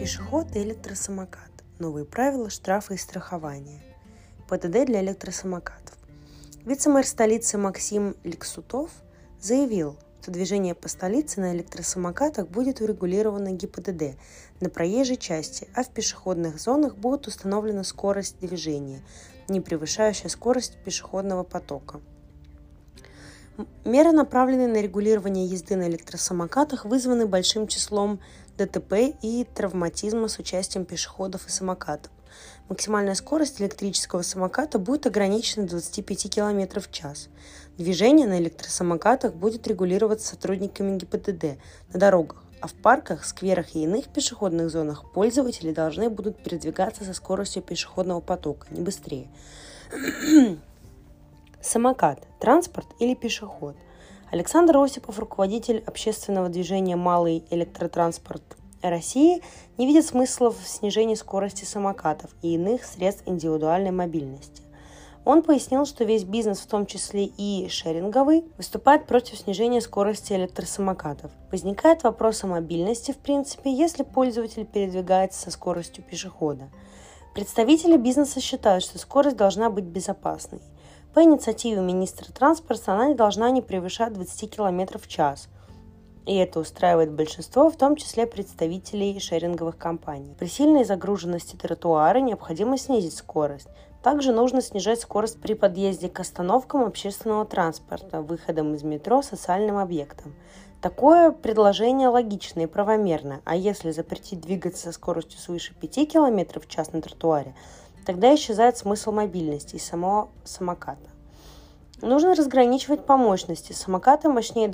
Пешеход и электросамокат. Новые правила, штрафы и страхование. ПДД для электросамокатов. Вице-мэр столицы Максим Лексутов заявил, что движение по столице на электросамокатах будет урегулировано ГИБДД на проезжей части, а в пешеходных зонах будет установлена скорость движения, не превышающая скорость пешеходного потока. Меры, направленные на регулирование езды на электросамокатах, вызваны большим числом ДТП и травматизма с участием пешеходов и самокатов. Максимальная скорость электрического самоката будет ограничена до 25 км в час. Движение на электросамокатах будет регулироваться сотрудниками ГИБДД на дорогах, а в парках, скверах и иных пешеходных зонах пользователи должны будут передвигаться со скоростью пешеходного потока, не быстрее. Самокат – транспорт или пешеход? Александр Осипов, руководитель общественного движения «Малый электротранспорт России», не видит смысла в снижении скорости самокатов и иных средств индивидуальной мобильности. Он пояснил, что весь бизнес, в том числе и шеринговый, выступает против снижения скорости электросамокатов. Возникает вопрос о мобильности, в принципе, если пользователь передвигается со скоростью пешехода. Представители бизнеса считают, что скорость должна быть безопасной. По инициативе министра транспорта она не должна не превышать 20 км в час. И это устраивает большинство, в том числе представителей шеринговых компаний. При сильной загруженности тротуара необходимо снизить скорость. Также нужно снижать скорость при подъезде к остановкам общественного транспорта, выходам из метро, социальным объектам. Такое предложение логично и правомерно, а если запретить двигаться со скоростью свыше 5 км в час на тротуаре, тогда исчезает смысл мобильности и самого самоката. Нужно разграничивать по мощности. Самокаты мощнее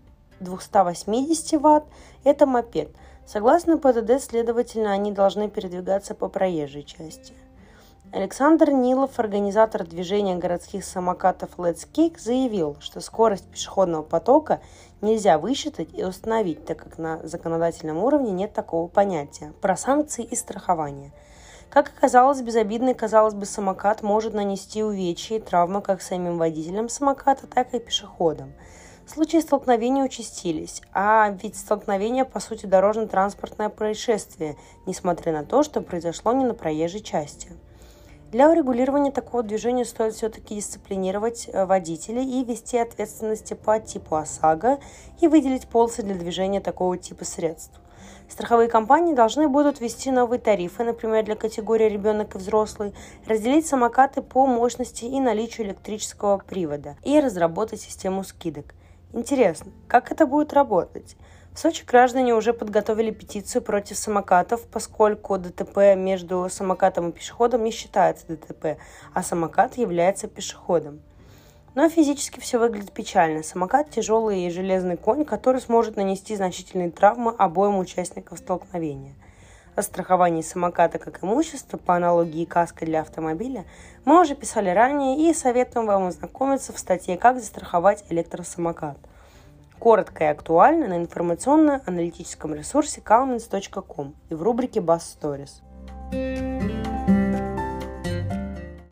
280 Вт – это мопед. Согласно ПДД, следовательно, они должны передвигаться по проезжей части. Александр Нилов, организатор движения городских самокатов Let's Kick, заявил, что скорость пешеходного потока нельзя высчитать и установить, так как на законодательном уровне нет такого понятия про санкции и страхование. Как оказалось, безобидный, казалось бы, самокат может нанести увечья и травмы как самим водителям самоката, так и пешеходам. Случаи столкновений участились, а ведь столкновение, по сути, дорожно-транспортное происшествие, несмотря на то, что произошло не на проезжей части. Для урегулирования такого движения стоит все-таки дисциплинировать водителей и ввести ответственности по типу ОСАГО и выделить полосы для движения такого типа средств. Страховые компании должны будут ввести новые тарифы, например, для категории ребенок и взрослый, разделить самокаты по мощности и наличию электрического привода и разработать систему скидок. Интересно, как это будет работать? В Сочи граждане уже подготовили петицию против самокатов, поскольку ДТП между самокатом и пешеходом не считается ДТП, а самокат является пешеходом. Но физически все выглядит печально. Самокат – тяжелый и железный конь, который сможет нанести значительные травмы обоим участникам столкновения. О страховании самоката как имущества, по аналогии каска для автомобиля, мы уже писали ранее и советуем вам ознакомиться в статье «Как застраховать электросамокат». Коротко и актуально на информационно-аналитическом ресурсе calmins.com и в рубрике Bus Stories.